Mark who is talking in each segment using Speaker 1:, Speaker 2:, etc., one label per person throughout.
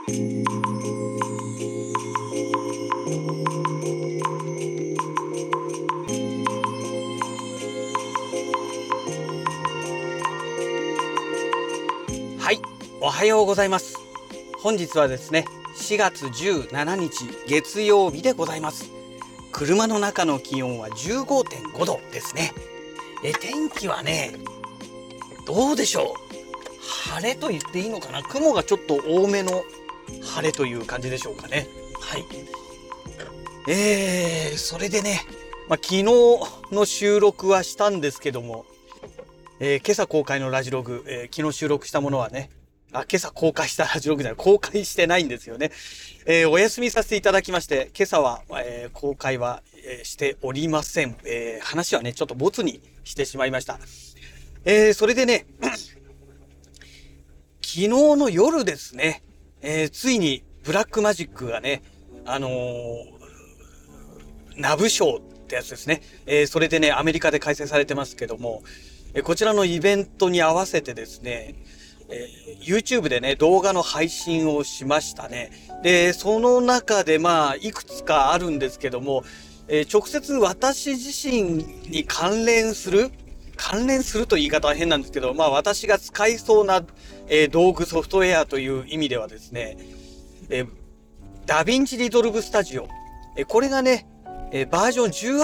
Speaker 1: はい、おはようございます。本日はですね、4月17日月曜日でございます。車の中の気温は 15.5 度ですね。天気はね、どうでしょう。晴れと言っていいのかな。雲がちょっと多めの晴れという感じでしょうかね。はい。それでね、昨日の収録はしたんですけども、今朝公開のラジログ、昨日収録したものはね、今朝公開したラジログじゃない、公開してないんですよね。お休みさせていただきまして、今朝は、公開は、しておりません。話はね、ちょっとボツにしてしまいました。それでね、昨日の夜ですね、ついにブラックマジックがね、ナブ賞ってやつですね。それでね、アメリカで開催されてますけども、こちらのイベントに合わせてですね、YouTube でね、動画の配信をしましたね。で、その中でいくつかあるんですけども、直接私自身に関連するという言い方は変なんですけど、私が使いそうな、道具ソフトウェアという意味ではですね、ダヴィンチリゾルブスタジオ。これがね、バージョン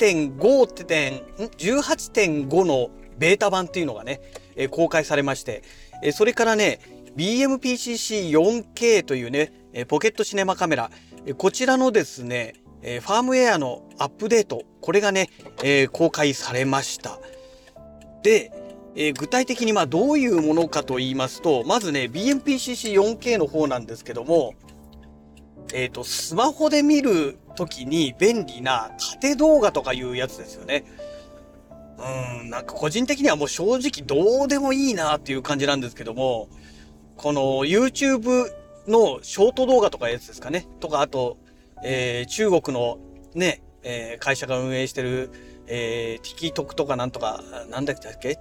Speaker 1: 18.5 のベータ版っていうのがね、公開されまして、それからね、BMPCC4K というね、ポケットシネマカメラ、こちらのですね、ファームウェアのアップデート、これがね、公開されました。で、具体的にどういうものかと言いますと、まずね、BMPCC4K の方なんですけども、スマホで見るときに便利な縦動画とかいうやつですよね。なんか個人的にはもう正直どうでもいいなっていう感じなんですけども、この YouTube のショート動画とかやつですかね。とか、あと、中国のね、会社が運営してる、TikTok とかなんとか、なんだっけ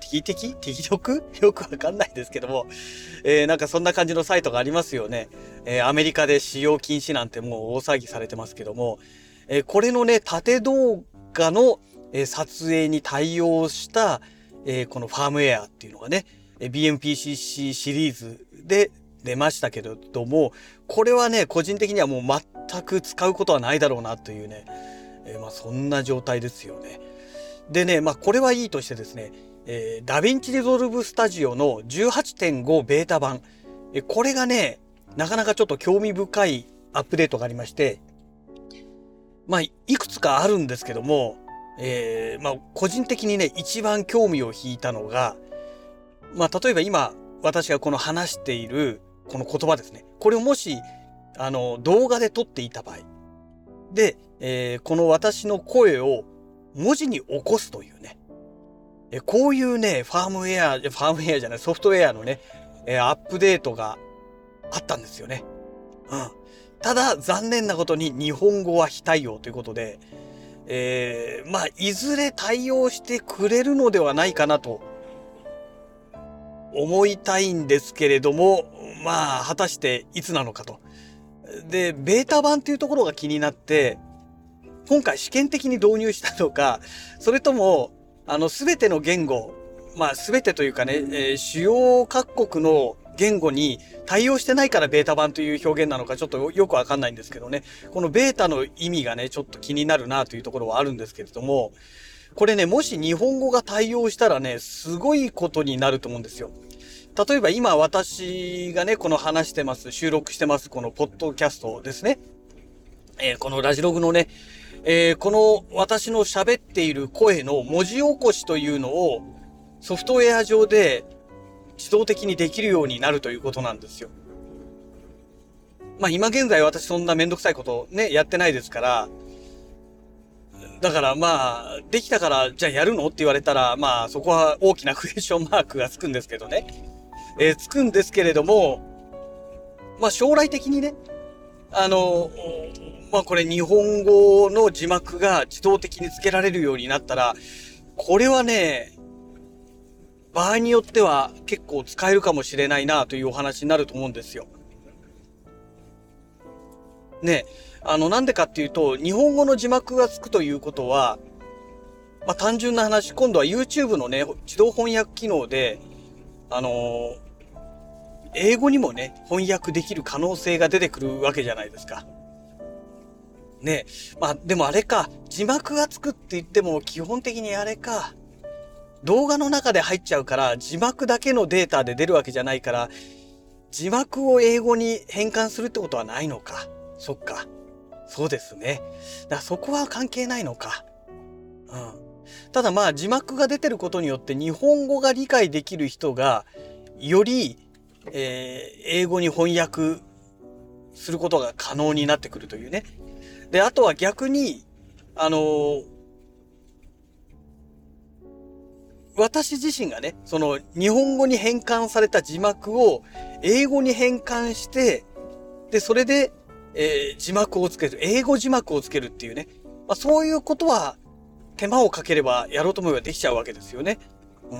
Speaker 1: ?TikTok? よくわかんないですけども、なんかそんな感じのサイトがありますよね。アメリカで使用禁止なんてもう大騒ぎされてますけども、これのね、縦動画の撮影に対応した、このファームウェアっていうのがね、BMPCC シリーズで出ましたけれども、これはね、個人的にはもう全く使うことはないだろうなというね、そんな状態ですよね。でね、これはいいとしてですね、ダヴィンチリゾルブスタジオの 18.5 ベータ版、これがね、なかなかちょっと興味深いアップデートがありまして、いくつかあるんですけども、個人的にね、一番興味を引いたのが、例えば今、私がこの話している、この言葉ですね。これをもし、動画で撮っていた場合。で、この私の声を文字に起こすというね。こういうね、ファームウェアじゃない、ソフトウェアのね、アップデートがあったんですよね。ただ、残念なことに日本語は非対応ということで、いずれ対応してくれるのではないかなと思いたいんですけれども、果たしていつなのかと。で、ベータ版っていうところが気になって、今回試験的に導入したのか、それとも、すべての言語、すべてというかね、主要各国の言語に対応してないからベータ版という表現なのかちょっとよくわかんないんですけどね。このベータの意味がね、ちょっと気になるなというところはあるんですけれども、これね、もし日本語が対応したらね、すごいことになると思うんですよ。例えば今私がね、この話してます、収録してます、このポッドキャストですね。このラジログのね、この私の喋っている声の文字起こしというのをソフトウェア上で自動的にできるようになるということなんですよ。今現在私そんなめんどくさいことね、やってないですから、だからできたからじゃあやるのって言われたら、そこは大きなクエスチョンマークがつくんですけどね。つくんですけれども、将来的にね、これ日本語の字幕が自動的につけられるようになったら、これはね、場合によっては結構使えるかもしれないなというお話になると思うんですよ。 ね、なんでかっていうと、日本語の字幕がつくということは、まあ、単純な話、今度は YouTube のね、自動翻訳機能で、英語にもね、翻訳できる可能性が出てくるわけじゃないですか。ね。まあ、でもあれか、字幕がつくって言っても、基本的にあれか、動画の中で入っちゃうから、字幕だけのデータで出るわけじゃないから、字幕を英語に変換するってことはないのか。そっか。そうですね。だからそこは関係ないのか。うん。ただまあ字幕が出てることによって日本語が理解できる人がより、英語に翻訳することが可能になってくるというね。で、あとは逆に、私自身がね、その日本語に変換された字幕を英語に変換して、で、それで、字幕をつける、英語字幕をつけるっていうね。まあ、そういうことは手間をかければやろうと思えばできちゃうわけですよね。うん。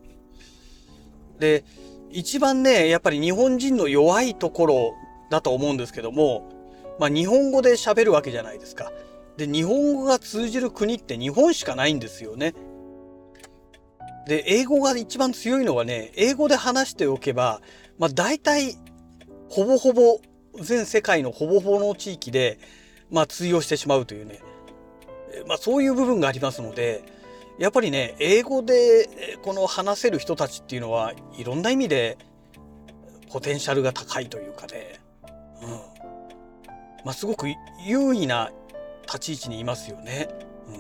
Speaker 1: で、一番ね、やっぱり日本人の弱いところだと思うんですけども、まあ日本語で喋るわけじゃないですか。で、日本語が通じる国って日本しかないんですよね。で、英語が一番強いのはね、英語で話しておけば、まあ大体、ほぼほぼ、全世界のほぼほぼの地域で、まあ通用してしまうというね。まあそういう部分がありますので、やっぱりね、英語でこの話せる人たちっていうのはいろんな意味でポテンシャルが高いというかね、うん。まあすごく優位な立ち位置にいますよね。うん。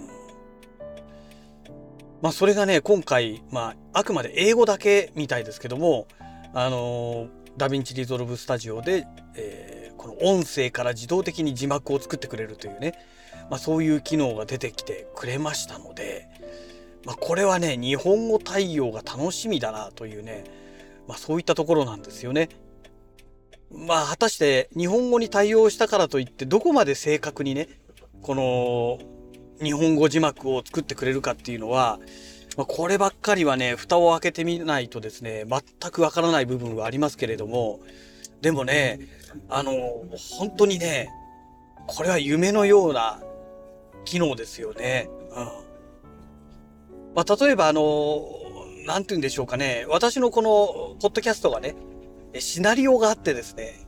Speaker 1: まあそれがね、今回、まああくまで英語だけみたいですけども、ダヴィンチリゾルブスタジオで、この音声から自動的に字幕を作ってくれるというね、まあそういう機能が出てきてくれましたので、まあこれはね、日本語対応が楽しみだなというね、まあそういったところなんですよね。まあ果たして日本語に対応したからといってどこまで正確にね、この日本語字幕を作ってくれるかっていうのは、まあ、こればっかりはね、蓋を開けてみないとですね、全くわからない部分はありますけれども、でもね、本当にね、これは夢のような機能ですよね。うん。まあ、例えばなんて言うんでしょうかね、私のこの、ポッドキャストがね、シナリオがあってですね、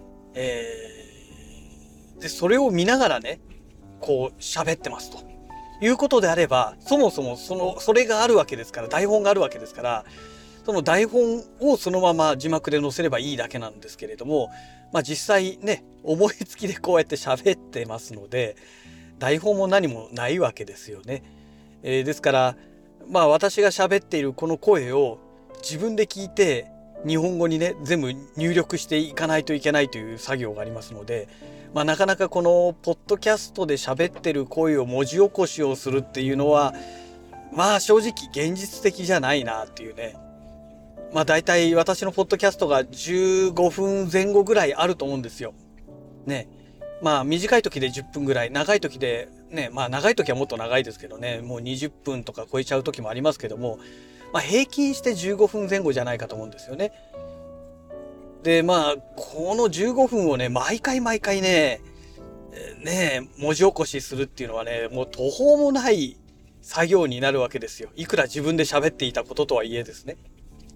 Speaker 1: で、それを見ながらね、こう喋ってますと。いうことであれば、そもそもそれがあるわけですから、台本があるわけですから、その台本をそのまま字幕で載せればいいだけなんですけれども、まあ実際ね、思いつきでこうやって喋ってますので、台本も何もないわけですよね。ですから、まあ私が喋っているこの声を自分で聞いて、日本語にね、全部入力していかないといけないという作業がありますので、まあなかなかこのポッドキャストで喋ってる声を文字起こしをするっていうのは、まあ正直現実的じゃないなっていうね。まあ大体私のポッドキャストが15分前後ぐらいあると思うんですよ。ね。まあ短い時で10分ぐらい、長い時でね、まあ長い時はもっと長いですけどね、もう20分とか超えちゃう時もありますけども、まあ平均して15分前後じゃないかと思うんですよね。で、まあ、この15分をね、毎回毎回ね、文字起こしするっていうのはね、もう途方もない作業になるわけですよ。いくら自分で喋っていたこととはいえですね。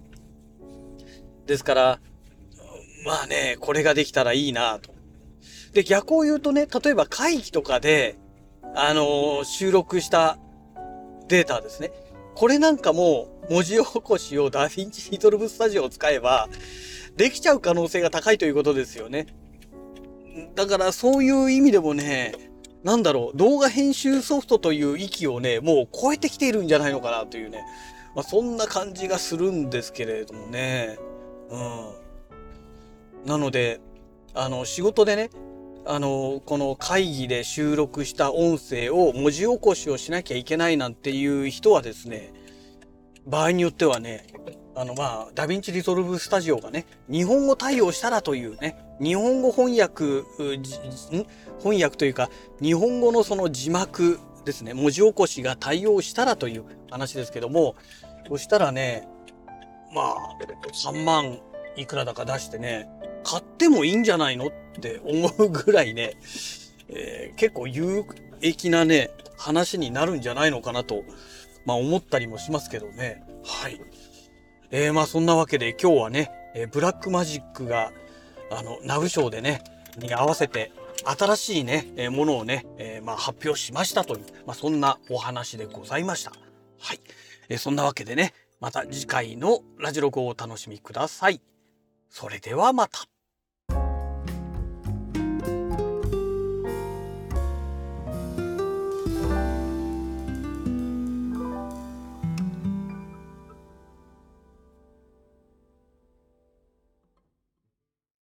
Speaker 1: ですから、まあね、これができたらいいなと。で、逆を言うとね、例えば会議とかで、収録したデータですね。これなんかも文字起こしをダヴィンチリゾルブスタジオを使えば、できちゃう可能性が高いということですよね。だからそういう意味でもね、なんだろう、動画編集ソフトという域をね、もう超えてきているんじゃないのかなというね。まあそんな感じがするんですけれどもね。うん。なので、仕事でね、この会議で収録した音声を文字起こしをしなきゃいけないなんていう人はですね、場合によってはね、まあ、ダヴィンチリゾルブスタジオがね、日本語対応したらというね、日本語翻訳、翻訳というか、日本語のその字幕ですね、文字起こしが対応したらという話ですけども、そしたらね、まあ、3万いくらだか出してね、買ってもいいんじゃないのって思うぐらいね、結構有益なね、話になるんじゃないのかなと、思ったりもしますけどね。はい。そんなわけで今日はね、ブラックマジックが、ナウショーでね、に合わせて、新しいね、ものをね、発表しましたという、そんなお話でございました。はい。そんなわけでね、また次回のラジログをお楽しみください。それではまた。